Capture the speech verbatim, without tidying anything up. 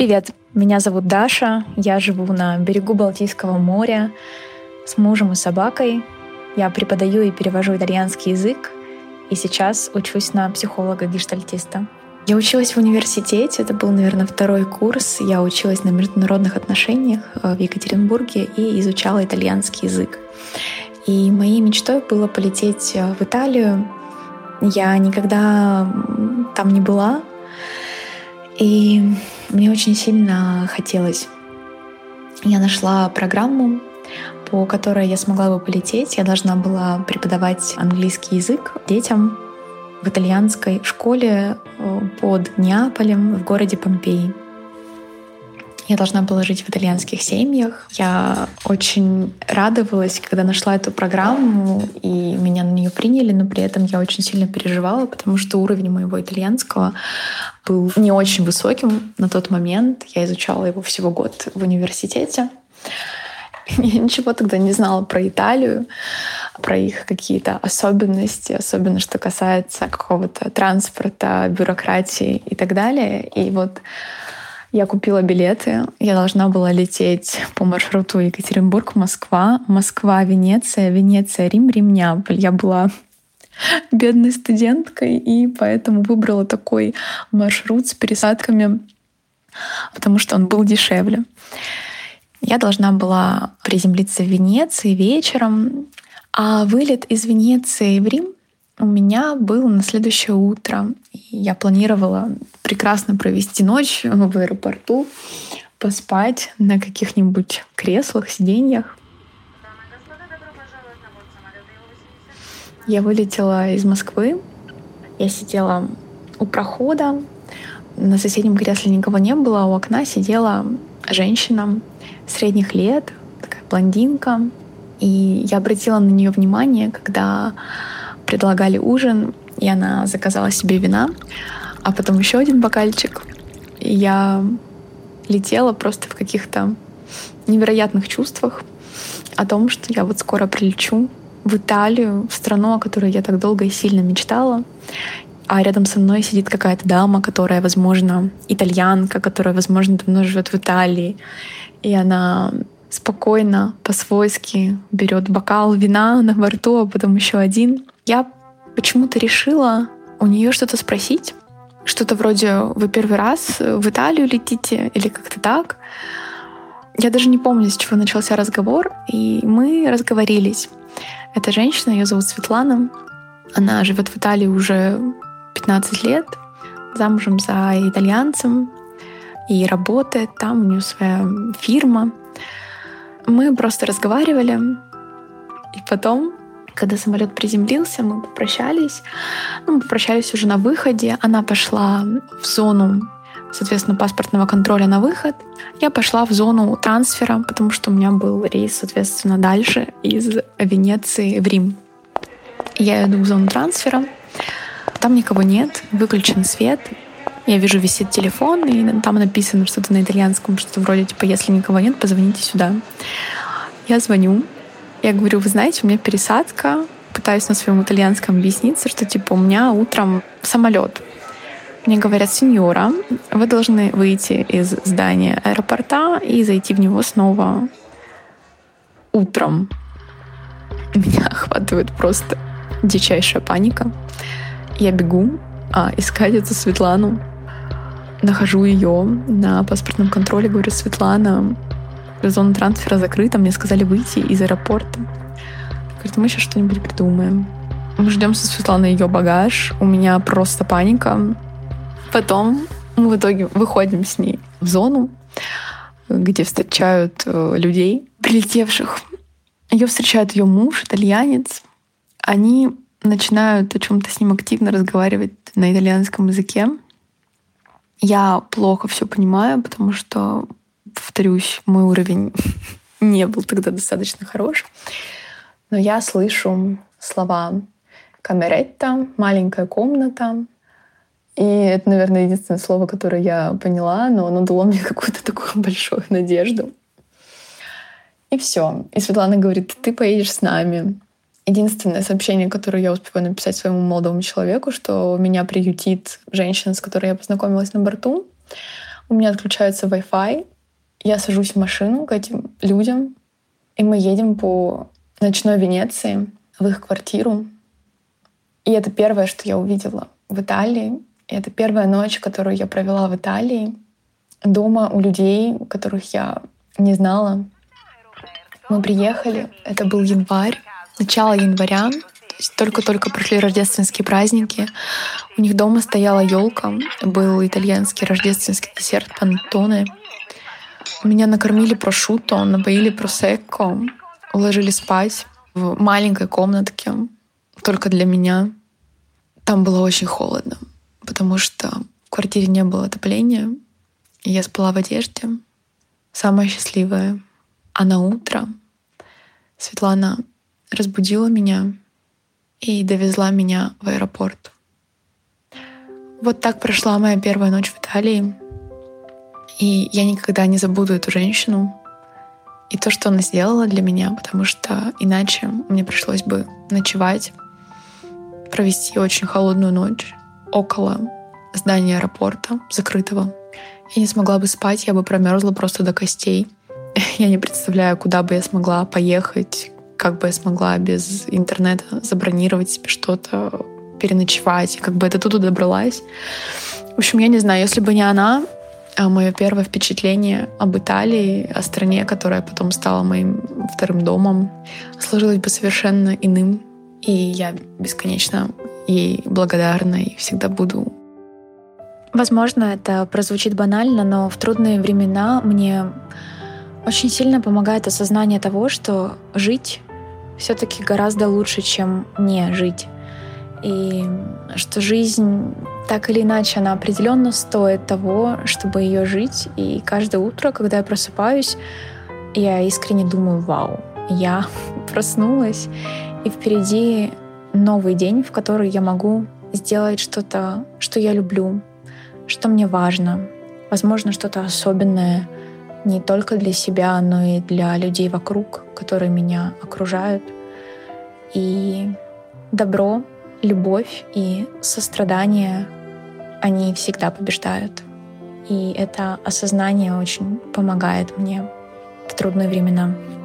Привет, меня зовут Даша, я живу на берегу Балтийского моря с мужем и собакой. Я преподаю и перевожу итальянский язык, и сейчас учусь на психолога-гештальтиста. Я училась в университете, это был, наверное, второй курс. Я училась на международных отношениях в Екатеринбурге и изучала итальянский язык. И моей мечтой было полететь в Италию. Я никогда там не была, и мне очень сильно хотелось. Я нашла программу, по которой я смогла бы полететь. Я должна была преподавать английский язык детям в итальянской школе под Неаполем в городе Помпеи. Я должна была жить в итальянских семьях. Я очень радовалась, когда нашла эту программу, и меня на нее приняли, но при этом я очень сильно переживала, потому что уровень моего итальянского был не очень высоким на тот момент. Я изучала его всего год в университете. Я ничего тогда не знала про Италию, про их какие-то особенности, особенно что касается какого-то транспорта, бюрократии и так далее. И вот я купила билеты. Я должна была лететь по маршруту Екатеринбург-Москва, Москва-Венеция, Венеция-Рим, Рим-Неаполь. Я была бедной студенткой, и поэтому выбрала такой маршрут с пересадками, потому что он был дешевле. Я должна была приземлиться в Венеции вечером, а вылет из Венеции в Рим у меня был на следующее утро. И я планировала прекрасно провести ночь в аэропорту, поспать на каких-нибудь креслах, сиденьях. Я вылетела из Москвы. Я сидела у прохода. На соседнем кресле никого не было, а у окна сидела женщина средних лет, такая блондинка. И я обратила на нее внимание, когда предлагали ужин, и она заказала себе вина, а потом еще один бокальчик. И я летела просто в каких-то невероятных чувствах о том, что я вот скоро прилечу в Италию, в страну, о которой я так долго и сильно мечтала. А рядом со мной сидит какая-то дама, которая, возможно, итальянка, которая, возможно, давно живет в Италии. И она спокойно, по-свойски берет бокал вина на борту, а потом еще один. Я почему-то решила у нее что-то спросить. Что-то вроде «Вы первый раз в Италию летите?» или как-то так. Я даже не помню, с чего начался разговор, и мы разговорились. Эта женщина, ее зовут Светлана. Она живет в Италии уже пятнадцать лет, замужем за итальянцем, и работает там, у нее своя фирма. Мы просто разговаривали, и потом, когда самолет приземлился, мы попрощались. Ну, мы попрощались уже на выходе. Она пошла в зону, соответственно, паспортного контроля на выход. Я пошла в зону трансфера, потому что у меня был рейс, соответственно, дальше из Венеции в Рим. Я иду в зону трансфера. Там никого нет, выключен свет. Я вижу, висит телефон, и там написано что-то на итальянском, что-то вроде типа «Если никого нет, позвоните сюда». Я звоню. Я говорю: вы знаете, у меня пересадка. Пытаюсь на своем итальянском объясниться, что типа у меня утром самолет. Мне говорят: сеньора, вы должны выйти из здания аэропорта и зайти в него снова утром. Меня охватывает просто дичайшая паника. Я бегу а, искать эту Светлану. Нахожу ее на паспортном контроле. Говорю: Светлана, зона трансфера закрыта. Мне сказали выйти из аэропорта. Говорит: мы сейчас что-нибудь придумаем. Мы ждем со Светланой ее багаж. У меня просто паника. Потом мы в итоге выходим с ней в зону, где встречают людей, прилетевших. Ее встречает ее муж, итальянец. Они начинают о чем-то с ним активно разговаривать на итальянском языке. Я плохо все понимаю, потому что, повторюсь, мой уровень не был тогда достаточно хорош. Но я слышу слова «камеретта», «маленькая комната». И это, наверное, единственное слово, которое я поняла, но оно дало мне какую-то такую большую надежду. И все. И Светлана говорит: ты поедешь с нами. Единственное сообщение, которое я успеваю написать своему молодому человеку, что меня приютит женщина, с которой я познакомилась на борту. У меня отключается Wi-Fi, я сажусь в машину к этим людям, и мы едем по ночной Венеции в их квартиру. И это первое, что я увидела в Италии. И это первая ночь, которую я провела в Италии, дома у людей, которых я не знала. Мы приехали, это был январь, начало января, то есть только-только прошли рождественские праздники. У них дома стояла елка, был итальянский рождественский десерт панеттоне. Меня накормили прошутто, напоили просекко, уложили спать в маленькой комнатке, только для меня. Там было очень холодно, потому что в квартире не было отопления, и я спала в одежде. Самая счастливая. А на утро Светлана разбудила меня и довезла меня в аэропорт. Вот так прошла моя первая ночь в Италии. И я никогда не забуду эту женщину и то, что она сделала для меня, потому что иначе мне пришлось бы ночевать, провести очень холодную ночь около здания аэропорта закрытого. Я не смогла бы спать, я бы промерзла просто до костей. Я не представляю, куда бы я смогла поехать, как бы я смогла без интернета забронировать себе что-то, переночевать, как бы я до туда добралась. В общем, я не знаю, если бы не она, а мое первое впечатление об Италии, о стране, которая потом стала моим вторым домом, сложилось бы совершенно иным. И я бесконечно ей благодарна и всегда буду. Возможно, это прозвучит банально, но в трудные времена мне очень сильно помогает осознание того, что жить все-таки гораздо лучше, чем не жить. И что жизнь, так или иначе, она определенно стоит того, чтобы ее жить. И каждое утро, когда я просыпаюсь, я искренне думаю: вау, я проснулась, и впереди новый день, в который я могу сделать что-то, что я люблю, что мне важно. Возможно, что-то особенное не только для себя, но и для людей вокруг, которые меня окружают. И добро, любовь и сострадание, они всегда побеждают. И это осознание очень помогает мне в трудные времена.